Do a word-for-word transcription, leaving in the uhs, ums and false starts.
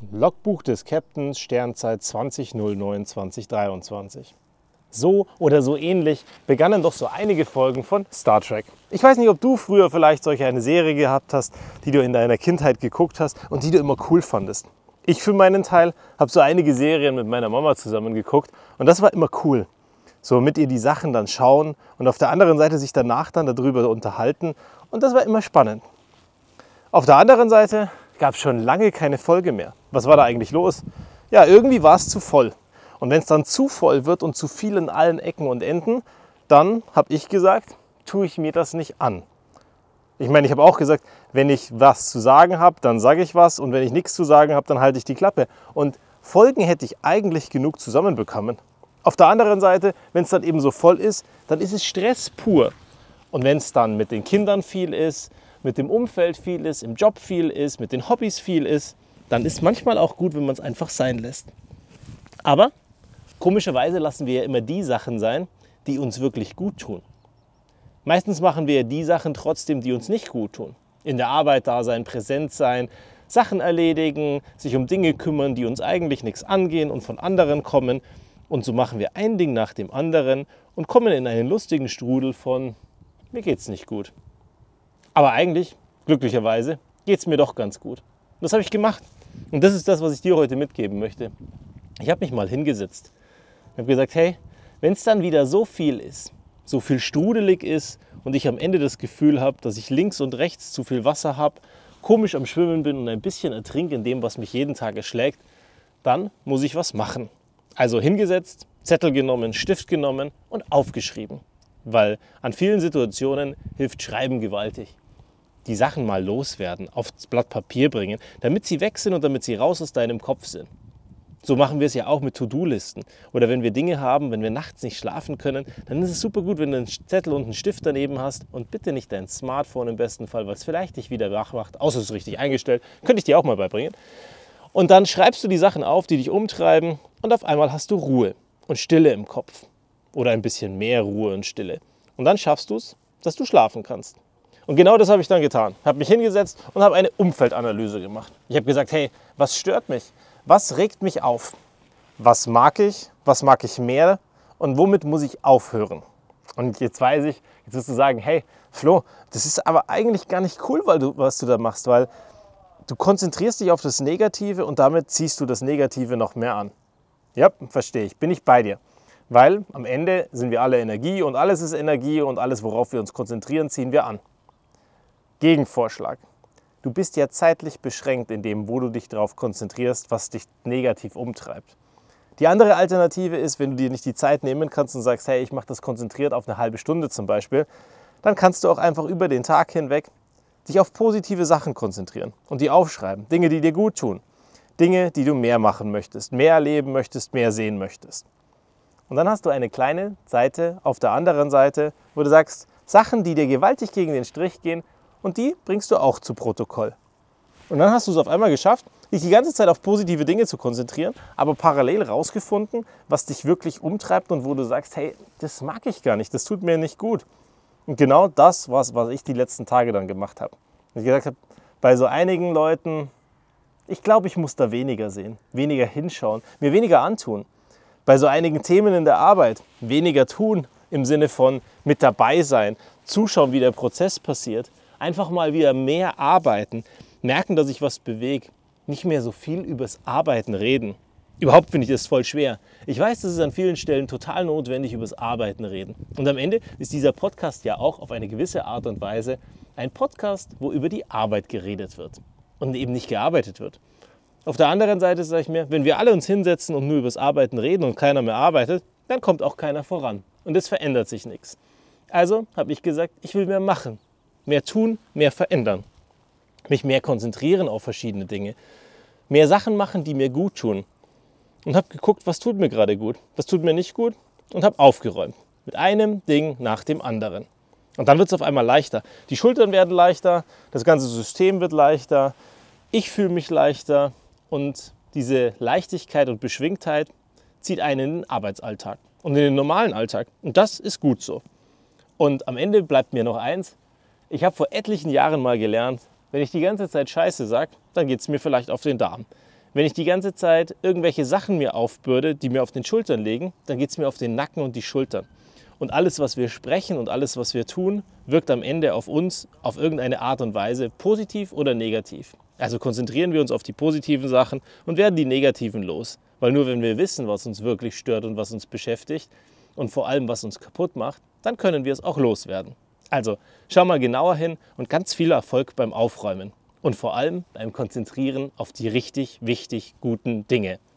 Logbuch des Captains, Sternzeit zwanzig null neun zwanzig dreiundzwanzig. So oder so ähnlich begannen doch so einige Folgen von Star Trek. Ich weiß nicht, ob du früher vielleicht solch eine Serie gehabt hast, die du in deiner Kindheit geguckt hast und die du immer cool fandest. Ich für meinen Teil habe so einige Serien mit meiner Mama zusammen geguckt und das war immer cool. So mit ihr die Sachen dann schauen und auf der anderen Seite sich danach dann darüber unterhalten und das war immer spannend. Auf der anderen Seite gab es schon lange keine Folge mehr. Was war da eigentlich los? Ja, irgendwie war es zu voll. Und wenn es dann zu voll wird und zu viel in allen Ecken und Enden, dann habe ich gesagt, tue ich mir das nicht an. Ich meine, ich habe auch gesagt, wenn ich was zu sagen habe, dann sage ich was und wenn ich nichts zu sagen habe, dann halte ich die Klappe. Und Folgen hätte ich eigentlich genug zusammenbekommen. Auf der anderen Seite, wenn es dann eben so voll ist, dann ist es Stress pur. Und wenn es dann mit den Kindern viel ist, mit dem Umfeld viel ist, im Job viel ist, mit den Hobbys viel ist, dann ist manchmal auch gut, wenn man es einfach sein lässt. Aber komischerweise lassen wir ja immer die Sachen sein, die uns wirklich gut tun. Meistens machen wir ja die Sachen trotzdem, die uns nicht gut tun. In der Arbeit da sein, präsent sein, Sachen erledigen, sich um Dinge kümmern, die uns eigentlich nichts angehen und von anderen kommen. Und so machen wir ein Ding nach dem anderen und kommen in einen lustigen Strudel von, mir geht's nicht gut. Aber eigentlich, glücklicherweise, geht's mir doch ganz gut. Und das habe ich gemacht. Und das ist das, was ich dir heute mitgeben möchte. Ich habe mich mal hingesetzt. Ich habe gesagt, hey, wenn es dann wieder so viel ist, so viel strudelig ist und ich am Ende das Gefühl habe, dass ich links und rechts zu viel Wasser habe, komisch am Schwimmen bin und ein bisschen ertrinke in dem, was mich jeden Tag erschlägt, dann muss ich was machen. Also hingesetzt, Zettel genommen, Stift genommen und aufgeschrieben. Weil an vielen Situationen hilft Schreiben gewaltig. Die Sachen mal loswerden, aufs Blatt Papier bringen, damit sie weg sind und damit sie raus aus deinem Kopf sind. So machen wir es ja auch mit To-Do-Listen. Oder wenn wir Dinge haben, wenn wir nachts nicht schlafen können, dann ist es super gut, wenn du einen Zettel und einen Stift daneben hast und bitte nicht dein Smartphone im besten Fall, weil es vielleicht dich wieder wach macht, außer es ist richtig eingestellt, könnte ich dir auch mal beibringen. Und dann schreibst du die Sachen auf, die dich umtreiben und auf einmal hast du Ruhe und Stille im Kopf. Oder ein bisschen mehr Ruhe und Stille. Und dann schaffst du es, dass du schlafen kannst. Und genau das habe ich dann getan. Habe mich hingesetzt und habe eine Umfeldanalyse gemacht. Ich habe gesagt, hey, was stört mich? Was regt mich auf? Was mag ich? Was mag ich mehr? Und womit muss ich aufhören? Und jetzt weiß ich, jetzt wirst du sagen, hey Flo, das ist aber eigentlich gar nicht cool, weil du, was du da machst, weil du konzentrierst dich auf das Negative und damit ziehst du das Negative noch mehr an. Ja, verstehe ich, bin ich bei dir. Weil am Ende sind wir alle Energie und alles ist Energie und alles, worauf wir uns konzentrieren, ziehen wir an. Gegenvorschlag. Du bist ja zeitlich beschränkt in dem, wo du dich darauf konzentrierst, was dich negativ umtreibt. Die andere Alternative ist, wenn du dir nicht die Zeit nehmen kannst und sagst, hey, ich mache das konzentriert auf eine halbe Stunde zum Beispiel, dann kannst du auch einfach über den Tag hinweg dich auf positive Sachen konzentrieren und die aufschreiben. Dinge, die dir gut tun. Dinge, die du mehr machen möchtest, mehr erleben möchtest, mehr sehen möchtest. Und dann hast du eine kleine Seite auf der anderen Seite, wo du sagst, Sachen, die dir gewaltig gegen den Strich gehen, und die bringst du auch zu Protokoll. Und dann hast du es auf einmal geschafft, dich die ganze Zeit auf positive Dinge zu konzentrieren, aber parallel rausgefunden, was dich wirklich umtreibt und wo du sagst, hey, das mag ich gar nicht, das tut mir nicht gut. Und genau das war es, was ich die letzten Tage dann gemacht habe. Und ich gesagt habe, bei so einigen Leuten, ich glaube, ich muss da weniger sehen, weniger hinschauen, mir weniger antun. Bei so einigen Themen in der Arbeit weniger tun, im Sinne von mit dabei sein, zuschauen, wie der Prozess passiert. Einfach mal wieder mehr arbeiten, merken, dass sich was bewegt, nicht mehr so viel übers Arbeiten reden. Überhaupt finde ich das voll schwer. Ich weiß, das ist an vielen Stellen total notwendig, übers Arbeiten reden. Und am Ende ist dieser Podcast ja auch auf eine gewisse Art und Weise ein Podcast, wo über die Arbeit geredet wird und eben nicht gearbeitet wird. Auf der anderen Seite sage ich mir, wenn wir alle uns hinsetzen und nur übers Arbeiten reden und keiner mehr arbeitet, dann kommt auch keiner voran. Und es verändert sich nichts. Also habe ich gesagt, ich will mehr machen. Mehr tun, mehr verändern. Mich mehr konzentrieren auf verschiedene Dinge. Mehr Sachen machen, die mir gut tun. Und habe geguckt, was tut mir gerade gut, was tut mir nicht gut und habe aufgeräumt. Mit einem Ding nach dem anderen. Und dann wird es auf einmal leichter. Die Schultern werden leichter, das ganze System wird leichter, ich fühle mich leichter und diese Leichtigkeit und Beschwingtheit zieht einen in den Arbeitsalltag und in den normalen Alltag. Und das ist gut so. Und am Ende bleibt mir noch eins. Ich habe vor etlichen Jahren mal gelernt, wenn ich die ganze Zeit Scheiße sage, dann geht es mir vielleicht auf den Darm. Wenn ich die ganze Zeit irgendwelche Sachen mir aufbürde, die mir auf den Schultern liegen, dann geht es mir auf den Nacken und die Schultern. Und alles, was wir sprechen und alles, was wir tun, wirkt am Ende auf uns auf irgendeine Art und Weise positiv oder negativ. Also konzentrieren wir uns auf die positiven Sachen und werden die negativen los. Weil nur wenn wir wissen, was uns wirklich stört und was uns beschäftigt und vor allem, was uns kaputt macht, dann können wir es auch loswerden. Also schau mal genauer hin und ganz viel Erfolg beim Aufräumen. Und vor allem beim Konzentrieren auf die richtig wichtig guten Dinge.